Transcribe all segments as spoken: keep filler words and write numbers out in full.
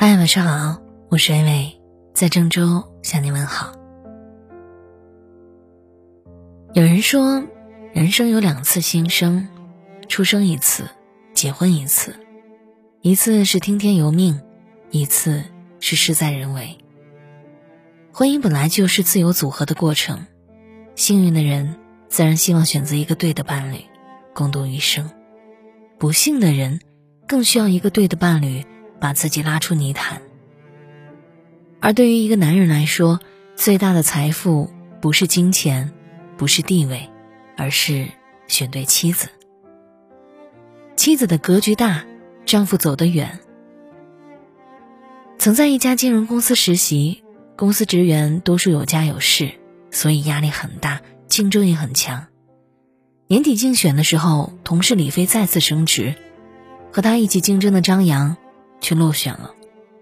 嗨，晚上好，我是薇薇，在郑州向你问好。有人说，人生有两次新生，出生一次，结婚一次，一次是听天由命，一次是事在人为。婚姻本来就是自由组合的过程，幸运的人自然希望选择一个对的伴侣，共度余生。不幸的人更需要一个对的伴侣，把自己拉出泥潭。而对于一个男人来说，最大的财富不是金钱，不是地位，而是选对妻子。妻子的格局大，丈夫走得远。曾在一家金融公司实习，公司职员多数有家有室，所以压力很大，竞争也很强。年底竞选的时候，同事李飞再次升职，和他一起竞争的张扬却落选了。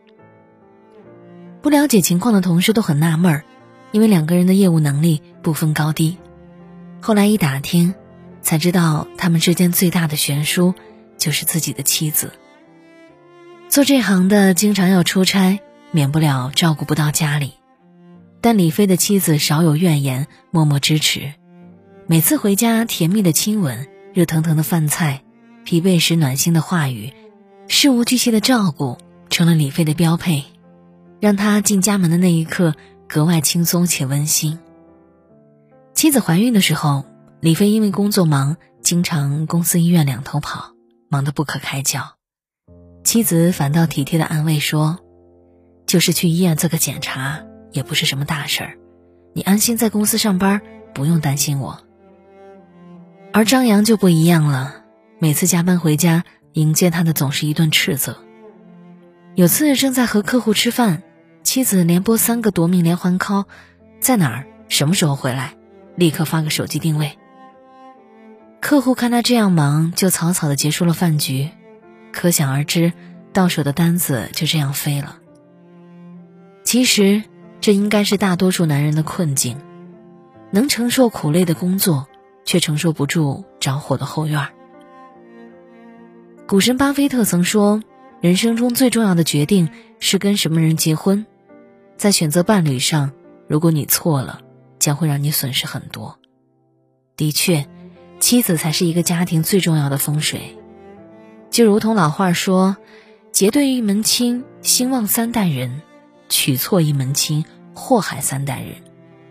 不了解情况的同事都很纳闷儿，因为两个人的业务能力不分高低。后来一打听，才知道他们之间最大的悬殊就是自己的妻子。做这行的经常要出差，免不了照顾不到家里，但李飞的妻子少有怨言，默默支持。每次回家，甜蜜的亲吻，热腾腾的饭菜，疲惫时暖心的话语，事无巨细的照顾，成了李飞的标配，让他进家门的那一刻格外轻松且温馨。妻子怀孕的时候，李飞因为工作忙，经常公司医院两头跑，忙得不可开交。妻子反倒体贴地安慰说，就是去医院做个检查，也不是什么大事儿，你安心在公司上班，不用担心我。而张扬就不一样了，每次加班回家，迎接他的总是一顿斥责。有次正在和客户吃饭，妻子连拨三个夺命连环 call， 在哪儿，什么时候回来，立刻发个手机定位。客户看他这样忙，就草草地结束了饭局，可想而知，到手的单子就这样飞了。其实这应该是大多数男人的困境，能承受苦累的工作，却承受不住着火的后院。股神巴菲特曾说，人生中最重要的决定是跟什么人结婚。在选择伴侣上，如果你错了，将会让你损失很多。的确，妻子才是一个家庭最重要的风水。就如同老话说，结对一门亲，兴旺三代人；娶错一门亲，祸害三代人。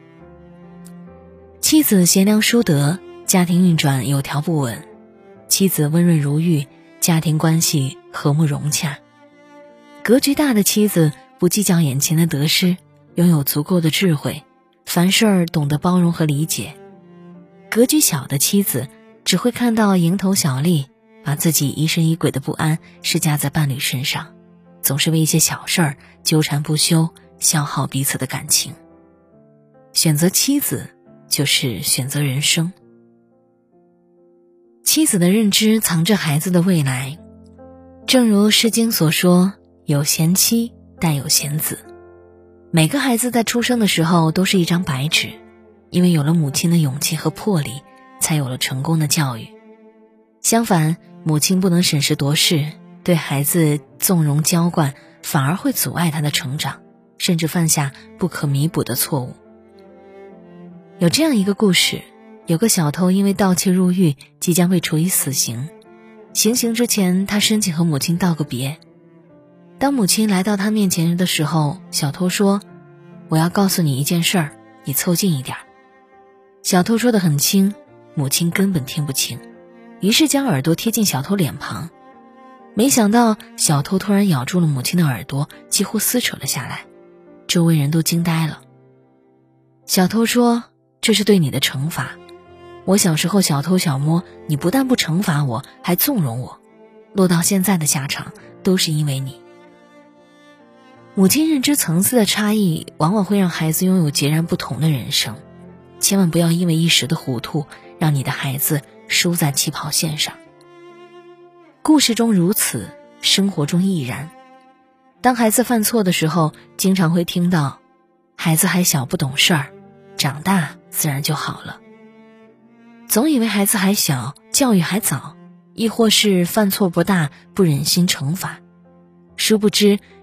妻子贤良淑德，家庭运转有条不紊；妻子温润如玉，家庭关系和睦融洽。格局大的妻子不计较眼前的得失，拥有足够的智慧，凡事儿懂得包容和理解。格局小的妻子只会看到蝇头小利，把自己疑神疑鬼的不安施加在伴侣身上，总是为一些小事儿纠缠不休，消耗彼此的感情。选择妻子就是选择人生。妻子的认知藏着孩子的未来，正如《诗经》所说，有贤妻，但有贤子。每个孩子在出生的时候都是一张白纸，因为有了母亲的勇气和魄力，才有了成功的教育。相反，母亲不能审时度势，对孩子纵容娇惯，反而会阻碍他的成长，甚至犯下不可弥补的错误。有这样一个故事，有个小偷因为盗窃入狱，即将被处以死刑。行刑之前，他申请和母亲道个别。当母亲来到他面前的时候，小偷说，我要告诉你一件事儿，你凑近一点。小偷说得很轻，母亲根本听不清，于是将耳朵贴近小偷脸庞。没想到小偷突然咬住了母亲的耳朵，几乎撕扯了下来，周围人都惊呆了。小偷说，这是对你的惩罚，我小时候小偷小摸，你不但不惩罚我，还纵容我，落到现在的下场都是因为你。母亲认知层次的差异，往往会让孩子拥有截然不同的人生。千万不要因为一时的糊涂，让你的孩子输在起跑线上。故事中如此，生活中亦然。当孩子犯错的时候，经常会听到，孩子还小不懂事儿，长大自然就好了。总以为孩子还小，教育还早，亦或是犯错不大，不忍心惩罚。殊不知，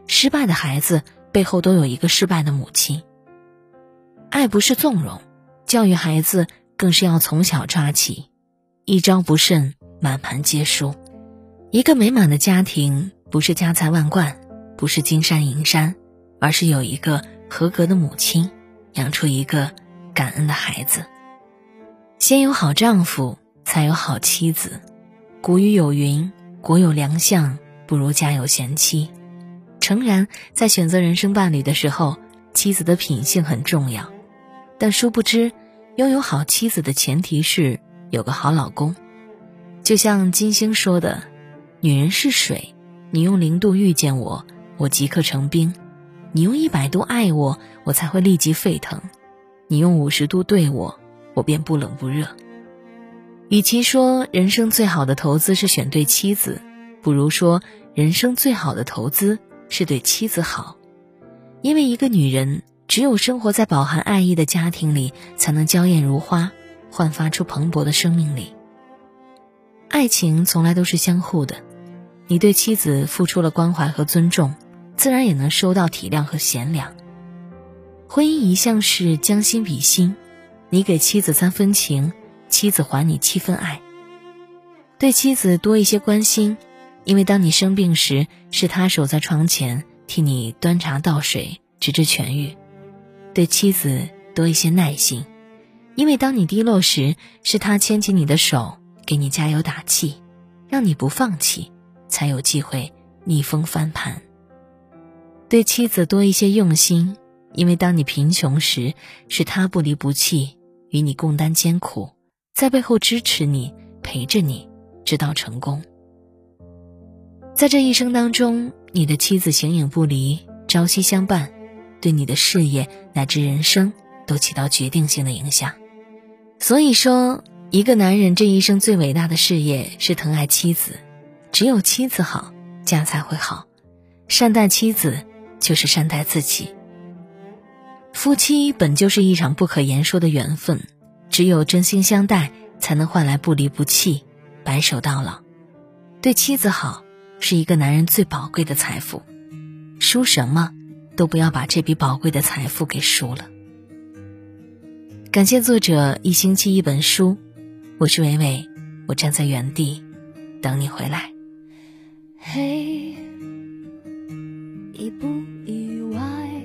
失败的孩子背后都有一个失败的母亲。爱不是纵容，教育孩子更是要从小抓起，一招不慎，满盘皆输。一个美满的家庭不是家财万贯，不是金山银山，而是有一个合格的母亲，养出一个感恩的孩子。先有好丈夫，才有好妻子。古语有云，国有良相，不如家有贤妻。诚然，在选择人生伴侣的时候，妻子的品性很重要，但殊不知，拥有好妻子的前提是有个好老公。就像金星说的，女人是水，你用零度遇见我，我即刻成冰；你用一百度爱我，我才会立即沸腾；你用五十度对我，我便不冷不热。与其说人生最好的投资是选对妻子，不如说人生最好的投资是对妻子好。因为一个女人只有生活在饱含爱意的家庭里，才能娇艳如花，焕发出蓬勃的生命力。爱情从来都是相互的，你对妻子付出了关怀和尊重，自然也能收到体谅和贤良。婚姻一向是将心比心，你给妻子三分情，妻子还你七分爱。对妻子多一些关心，因为当你生病时，是她守在床前替你端茶倒水，直至痊愈。对妻子多一些耐心，因为当你低落时，是她牵起你的手，给你加油打气，让你不放弃，才有机会逆风翻盘。对妻子多一些用心，因为当你贫穷时，是她不离不弃，与你共担艰苦，在背后支持你，陪着你，直到成功。在这一生当中，你的妻子形影不离，朝夕相伴，对你的事业乃至人生都起到决定性的影响。所以说，一个男人这一生最伟大的事业是疼爱妻子，只有妻子好，家才会好。善待妻子，就是善待自己。夫妻本就是一场不可言说的缘分，只有真心相待，才能换来不离不弃，白首到老。对妻子好，是一个男人最宝贵的财富，输什么都不要把这笔宝贵的财富给输了。感谢作者一星期一本书，我是伟伟，我站在原地等你回来。 嘿，意不意外，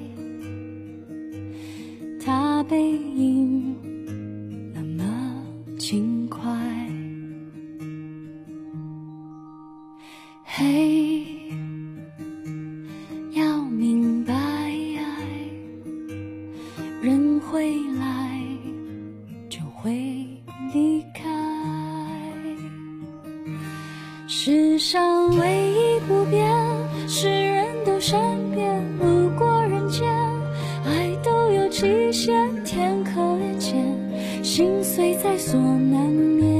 他背影那么轻快。嘿，要明白，人会来就会离开，世上唯一不变是人都善变，路过人间爱都有期限，天可怜见，心碎在所难免。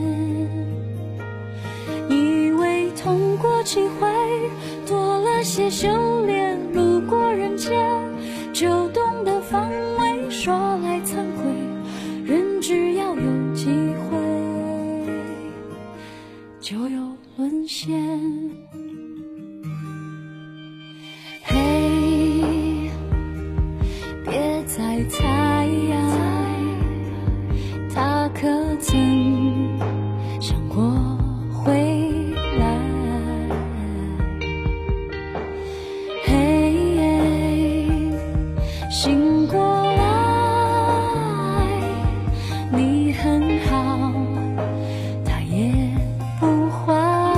以为痛过几回，多了些修炼，路过人间就懂得防卫，说来惭愧，人只要有机会就有沦陷。嘿，别再猜，他可曾想过回来。嘿，醒过来，你很好，他也不坏。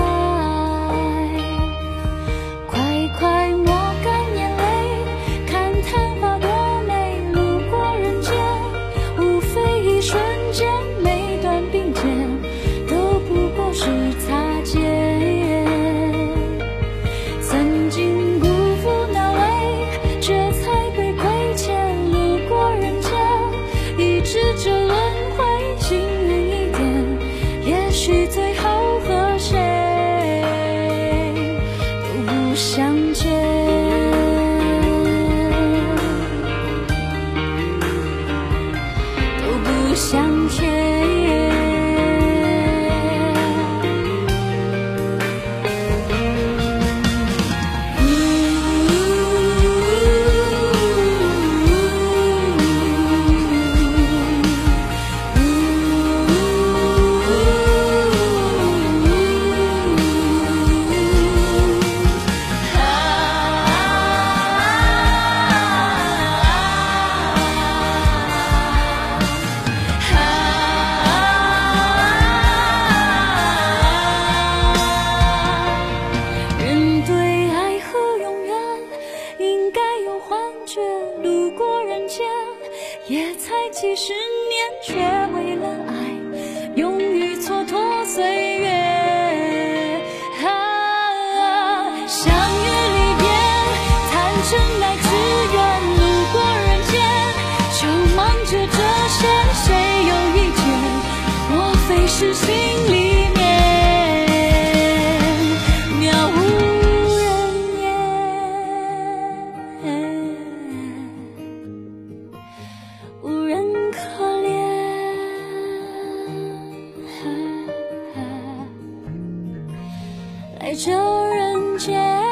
快快抹干眼泪，看昙花多美，路过人间无非一瞬间，每段并肩都不过是擦肩。曾经辜负那位，这才被亏欠，路过人间一直这轮回，幸运一点，也许最后和谁都不相见，都不相见。嗯十年，却为了爱勇于蹉跎岁月。啊，相遇离别，谈真爱只愿路过人间，就忙着这些，谁有意见？莫非是心里面渺无人烟，无人可怜，来这人间。